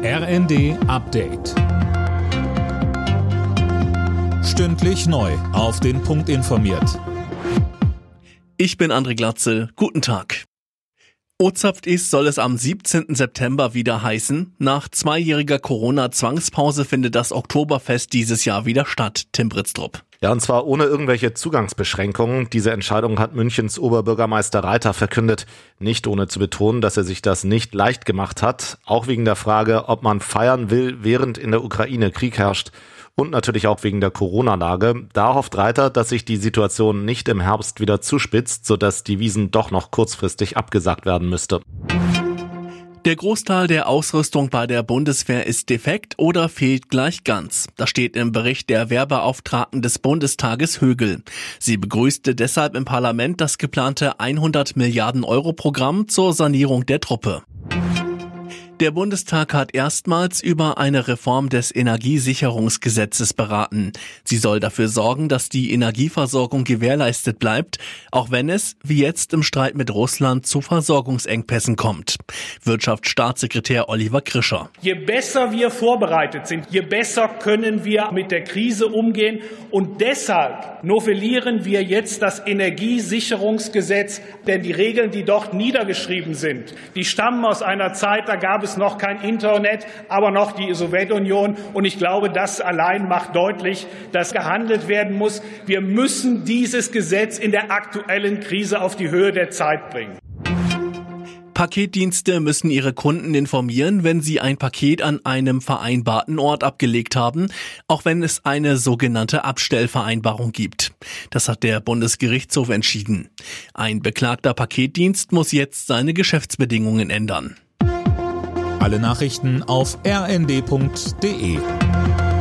RND Update. Stündlich neu auf den Punkt informiert. Ich bin André Glatzel. Guten Tag. Ozapft ist soll es am 17. September wieder heißen. Nach 2-jähriger Corona-Zwangspause findet das Oktoberfest dieses Jahr wieder statt. Tim Britztrup. Ja, und zwar ohne irgendwelche Zugangsbeschränkungen. Diese Entscheidung hat Münchens Oberbürgermeister Reiter verkündet. Nicht ohne zu betonen, dass er sich das nicht leicht gemacht hat. Auch wegen der Frage, ob man feiern will, während in der Ukraine Krieg herrscht. Und natürlich auch wegen der Corona-Lage. Da hofft Reiter, dass sich die Situation nicht im Herbst wieder zuspitzt, sodass die Wiesn doch noch kurzfristig abgesagt werden müsste. Der Großteil der Ausrüstung bei der Bundeswehr ist defekt oder fehlt gleich ganz. Das steht im Bericht der Wehrbeauftragten des Bundestages Högel. Sie begrüßte deshalb im Parlament das geplante 100 Milliarden Euro Programm zur Sanierung der Truppe. Der Bundestag hat erstmals über eine Reform des Energiesicherungsgesetzes beraten. Sie soll dafür sorgen, dass die Energieversorgung gewährleistet bleibt, auch wenn es, wie jetzt im Streit mit Russland, zu Versorgungsengpässen kommt. Wirtschaftsstaatssekretär Oliver Krischer. Je besser wir vorbereitet sind, je besser können wir mit der Krise umgehen. Und deshalb novellieren wir jetzt das Energiesicherungsgesetz. Denn die Regeln, die dort niedergeschrieben sind, die stammen aus einer Zeit, da gab es noch kein Internet, aber noch die Sowjetunion. Und ich glaube, das allein macht deutlich, dass gehandelt werden muss. Wir müssen dieses Gesetz in der aktuellen Krise auf die Höhe der Zeit bringen. Paketdienste müssen ihre Kunden informieren, wenn sie ein Paket an einem vereinbarten Ort abgelegt haben, auch wenn es eine sogenannte Abstellvereinbarung gibt. Das hat der Bundesgerichtshof entschieden. Ein beklagter Paketdienst muss jetzt seine Geschäftsbedingungen ändern. Alle Nachrichten auf rnd.de.